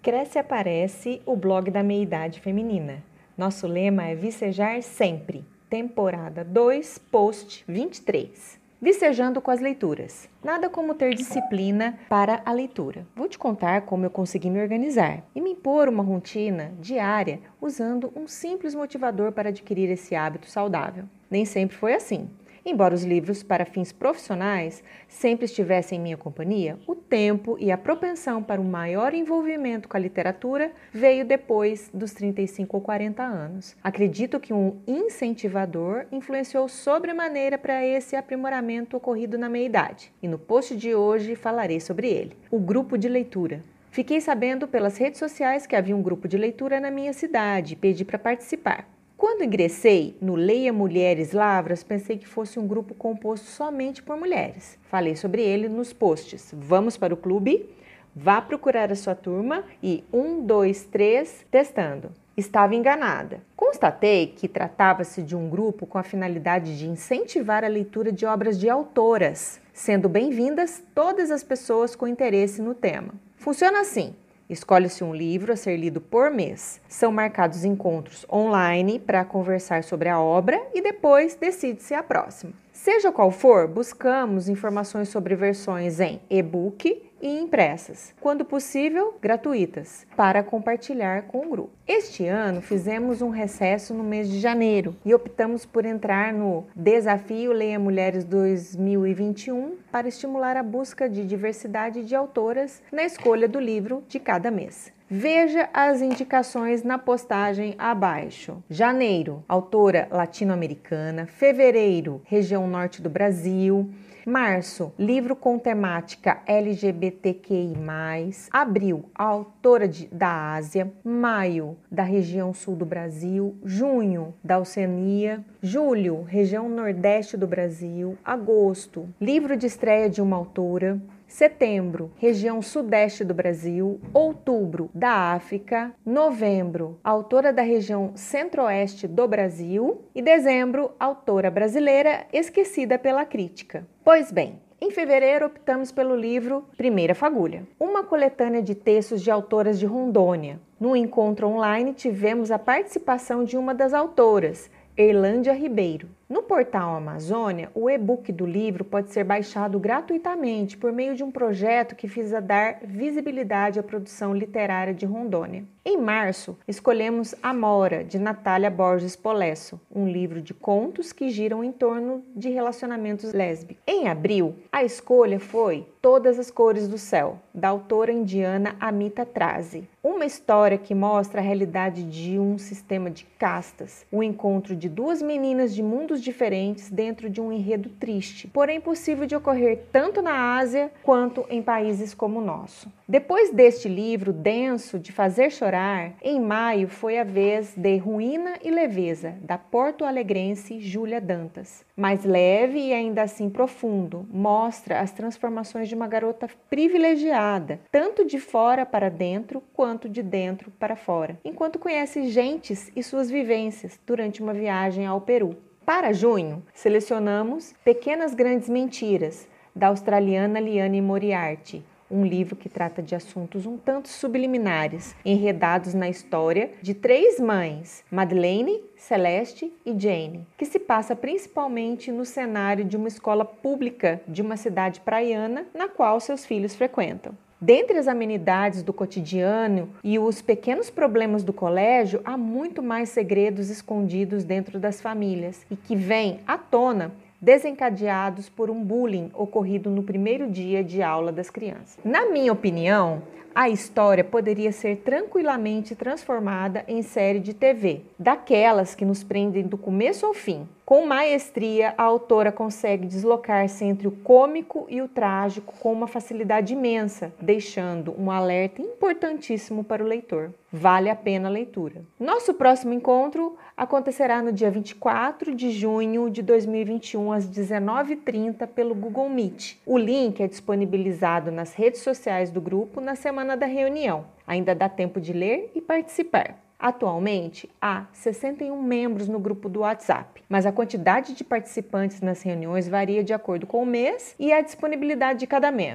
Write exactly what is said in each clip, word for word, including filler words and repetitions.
Cresce e Aparece, o blog da meia-idade feminina. Nosso lema é Vicejar Sempre, temporada dois, post vinte e três. Vicejando com as leituras. Nada como ter disciplina para a leitura. Vou te contar como eu consegui me organizar e me impor uma rotina diária usando um simples motivador para adquirir esse hábito saudável. Nem sempre foi assim. Embora os livros para fins profissionais sempre estivessem em minha companhia, o tempo e a propensão para um maior envolvimento com a literatura veio depois dos trinta e cinco ou quarenta anos. Acredito que um incentivador influenciou sobremaneira para esse aprimoramento ocorrido na meia-idade. E no post de hoje falarei sobre ele, o grupo de leitura. Fiquei sabendo pelas redes sociais que havia um grupo de leitura na minha cidade e pedi para participar. Quando ingressei no Leia Mulheres Lavras, pensei que fosse um grupo composto somente por mulheres. Falei sobre ele nos posts. Vamos para o clube? Vá procurar a sua turma e um, dois, três, testando. Estava enganada. Constatei que tratava-se de um grupo com a finalidade de incentivar a leitura de obras de autoras, sendo bem-vindas todas as pessoas com interesse no tema. Funciona assim. Escolhe-se um livro a ser lido por mês. São marcados encontros online para conversar sobre a obra e depois decide-se a próxima. Seja qual for, buscamos informações sobre versões em e-book e impressas, quando possível, gratuitas, para compartilhar com o grupo. Este ano fizemos um recesso no mês de janeiro e optamos por entrar no Desafio Leia Mulheres dois mil e vinte e um para estimular a busca de diversidade de autoras na escolha do livro de cada mês. Veja as indicações na postagem abaixo. Janeiro, autora latino-americana. Fevereiro, região norte do Brasil. Março, livro com temática L G B T Q I mais. Abril, autora de, da Ásia. Maio, da região sul do Brasil. Junho, da Oceania. Julho, região nordeste do Brasil. Agosto, livro de estreia de uma autora. Setembro, região sudeste do Brasil. Outubro, da África. Novembro, autora da região centro-oeste do Brasil. E dezembro, autora brasileira esquecida pela crítica. Pois bem, em fevereiro optamos pelo livro Primeira Fagulha, uma coletânea de textos de autoras de Rondônia. No encontro online tivemos a participação de uma das autoras, Erlândia Ribeiro. No portal Amazônia, o e-book do livro pode ser baixado gratuitamente por meio de um projeto que visa dar visibilidade à produção literária de Rondônia. Em março, escolhemos Amora, de Natália Borges Polesso, um livro de contos que giram em torno de relacionamentos lésbicos. Em abril, a escolha foi Todas as Cores do Céu, da autora indiana Amita Trazi. Uma história que mostra a realidade de um sistema de castas, o encontro de duas meninas de mundos diferentes dentro de um enredo triste, porém possível de ocorrer tanto na Ásia quanto em países como o nosso. Depois deste livro denso de fazer chorar, em maio foi a vez de Ruína e Leveza, da porto-alegrense Júlia Dantas. Mais leve e ainda assim profundo, mostra as transformações de uma garota privilegiada, tanto de fora para dentro quanto de dentro para fora, enquanto conhece gentes e suas vivências durante uma viagem ao Peru. Para junho, selecionamos Pequenas Grandes Mentiras, da australiana Liane Moriarty, um livro que trata de assuntos um tanto subliminares, enredados na história de três mães, Madeleine, Celeste e Jane, que se passa principalmente no cenário de uma escola pública de uma cidade praiana na qual seus filhos frequentam. Dentre as amenidades do cotidiano e os pequenos problemas do colégio, há muito mais segredos escondidos dentro das famílias e que vêm à tona desencadeados por um bullying ocorrido no primeiro dia de aula das crianças. Na minha opinião, a história poderia ser tranquilamente transformada em série de T V, daquelas que nos prendem do começo ao fim. Com maestria, a autora consegue deslocar-se entre o cômico e o trágico com uma facilidade imensa, deixando um alerta importantíssimo para o leitor. Vale a pena a leitura. Nosso próximo encontro acontecerá no dia vinte e quatro de junho de dois mil e vinte e um, às dezenove e trinta, pelo Google Meet. O link é disponibilizado nas redes sociais do grupo na semana da reunião. Ainda dá tempo de ler e participar. Atualmente, há sessenta e um membros no grupo do WhatsApp, mas a quantidade de participantes nas reuniões varia de acordo com o mês e a disponibilidade de cada membro.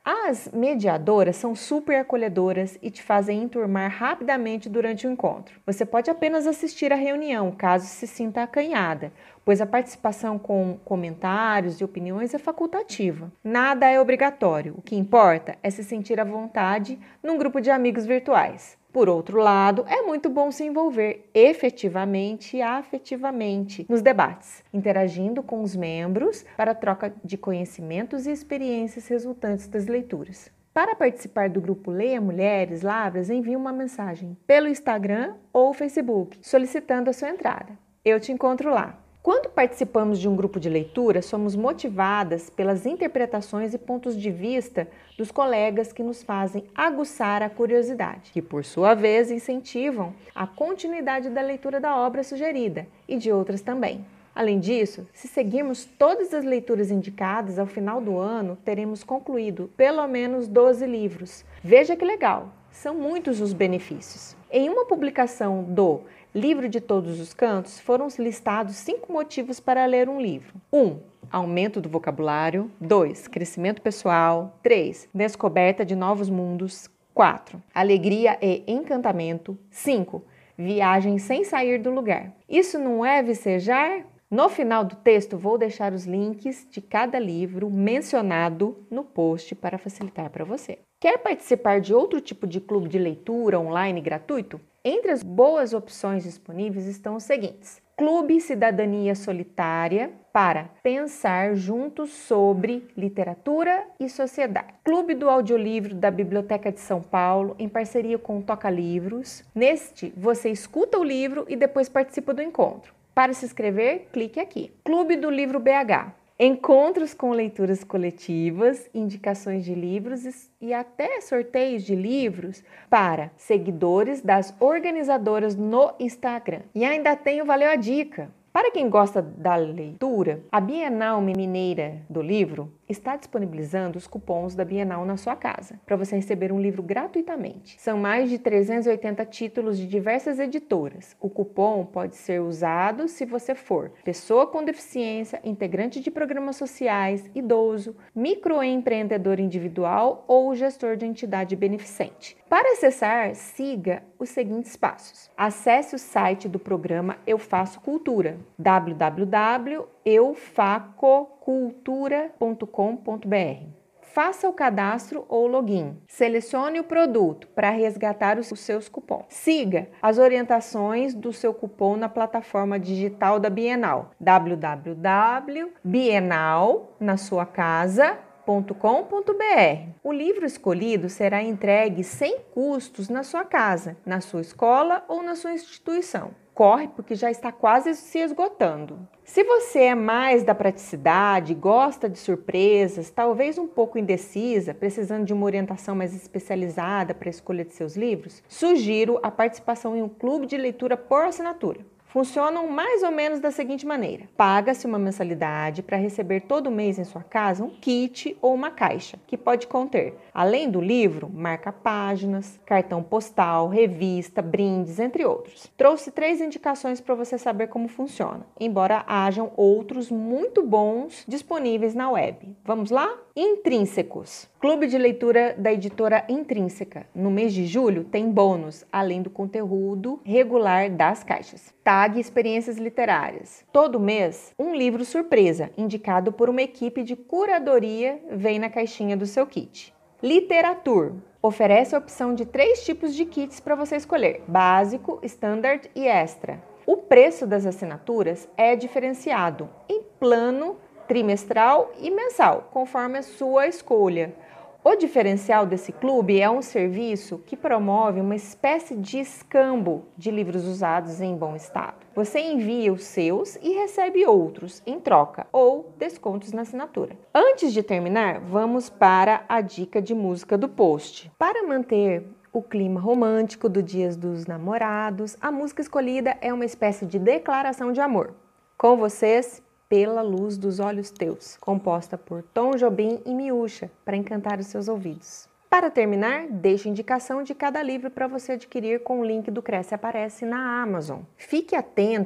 As mediadoras são super acolhedoras e te fazem enturmar rapidamente durante o encontro. Você pode apenas assistir à reunião, caso se sinta acanhada, pois a participação com comentários e opiniões é facultativa. Nada é obrigatório, o que importa é se sentir à vontade num grupo de amigos virtuais. Por outro lado, é muito bom se envolver efetivamente e afetivamente nos debates, interagindo com os membros para a troca de conhecimentos e experiências resultantes das leituras. Para participar do grupo Leia Mulheres Lavras, envie uma mensagem pelo Instagram ou Facebook, solicitando a sua entrada. Eu te encontro lá. Quando participamos de um grupo de leitura, somos motivadas pelas interpretações e pontos de vista dos colegas que nos fazem aguçar a curiosidade, que por sua vez incentivam a continuidade da leitura da obra sugerida e de outras também. Além disso, se seguirmos todas as leituras indicadas, ao final do ano teremos concluído pelo menos doze livros. Veja que legal! São muitos os benefícios. Em uma publicação do Livro de Todos os Cantos, foram listados cinco motivos para ler um livro. um. Aumento do vocabulário. dois. Crescimento pessoal. três. Descoberta de novos mundos. quatro. Alegria e encantamento. cinco. Viagem sem sair do lugar. Isso não é vicejar? No final do texto, vou deixar os links de cada livro mencionado no post para facilitar para você. Quer participar de outro tipo de clube de leitura online gratuito? Entre as boas opções disponíveis estão os seguintes: Clube Cidadania Solitária para pensar juntos sobre literatura e sociedade. Clube do Audiolivro da Biblioteca de São Paulo, em parceria com o Toca Livros. Neste, você escuta o livro e depois participa do encontro. Para se inscrever, clique aqui. Clube do Livro B H. Encontros com leituras coletivas, indicações de livros e até sorteios de livros para seguidores das organizadoras no Instagram. E ainda tem o Valeu a Dica. Para quem gosta da leitura, a Bienal Mineira do Livro está disponibilizando os cupons da Bienal na sua casa, para você receber um livro gratuitamente. São mais de trezentos e oitenta títulos de diversas editoras. O cupom pode ser usado se você for pessoa com deficiência, integrante de programas sociais, idoso, microempreendedor individual ou gestor de entidade beneficente. Para acessar, siga os seguintes passos. Acesse o site do programa Eu Faço Cultura, w w w ponto eu faco cultura ponto com ponto b r. Faça o cadastro ou login. Selecione o produto para resgatar os seus cupons. Siga as orientações do seu cupom na plataforma digital da Bienal, w w w ponto bienal na sua casa ponto com ponto b r. O livro escolhido será entregue sem custos na sua casa, na sua escola ou na sua instituição. Corre, porque já está quase se esgotando. Se você é mais da praticidade, gosta de surpresas, talvez um pouco indecisa, precisando de uma orientação mais especializada para a escolha de seus livros, sugiro a participação em um clube de leitura por assinatura. Funcionam mais ou menos da seguinte maneira: paga-se uma mensalidade para receber todo mês em sua casa um kit ou uma caixa, que pode conter, além do livro, marca-páginas, cartão postal, revista, brindes, entre outros. Trouxe três indicações para você saber como funciona, embora hajam outros muito bons disponíveis na web. Vamos lá? Intrínsecos. Clube de leitura da editora Intrínseca. No mês de julho tem bônus, além do conteúdo regular das caixas. Tag Experiências Literárias. Todo mês, um livro surpresa, indicado por uma equipe de curadoria, vem na caixinha do seu kit. Literatur. Oferece a opção de três tipos de kits para você escolher: básico, standard e extra. O preço das assinaturas é diferenciado em plano, trimestral e mensal, conforme a sua escolha. O diferencial desse clube é um serviço que promove uma espécie de escambo de livros usados em bom estado. Você envia os seus e recebe outros em troca ou descontos na assinatura. Antes de terminar, vamos para a dica de música do post. Para manter o clima romântico do Dia dos Namorados, a música escolhida é uma espécie de declaração de amor. Com vocês, Pela Luz dos Olhos Teus, composta por Tom Jobim e Miúcha, para encantar os seus ouvidos. Para terminar, deixo indicação de cada livro para você adquirir com o link do Cresce Aparece na Amazon. Fique atenta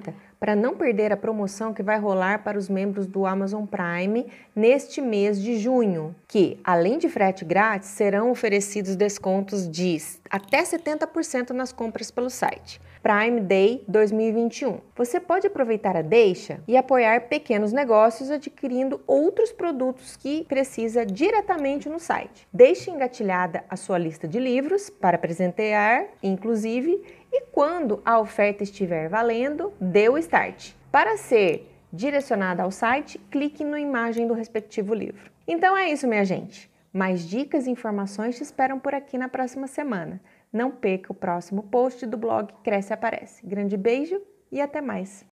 para não perder a promoção que vai rolar para os membros do Amazon Prime neste mês de junho, que, além de frete grátis, serão oferecidos descontos de até setenta por cento nas compras pelo site. Prime Day dois mil e vinte e um. Você pode aproveitar a deixa e apoiar pequenos negócios adquirindo outros produtos que precisa diretamente no site. Deixe engatilhada a sua lista de livros para presentear, inclusive, e quando a oferta estiver valendo, dê o start. Para ser direcionada ao site, clique na imagem do respectivo livro. Então é isso, minha gente. Mais dicas e informações te esperam por aqui na próxima semana. Não perca o próximo post do blog Cresce e Aparece. Grande beijo e até mais!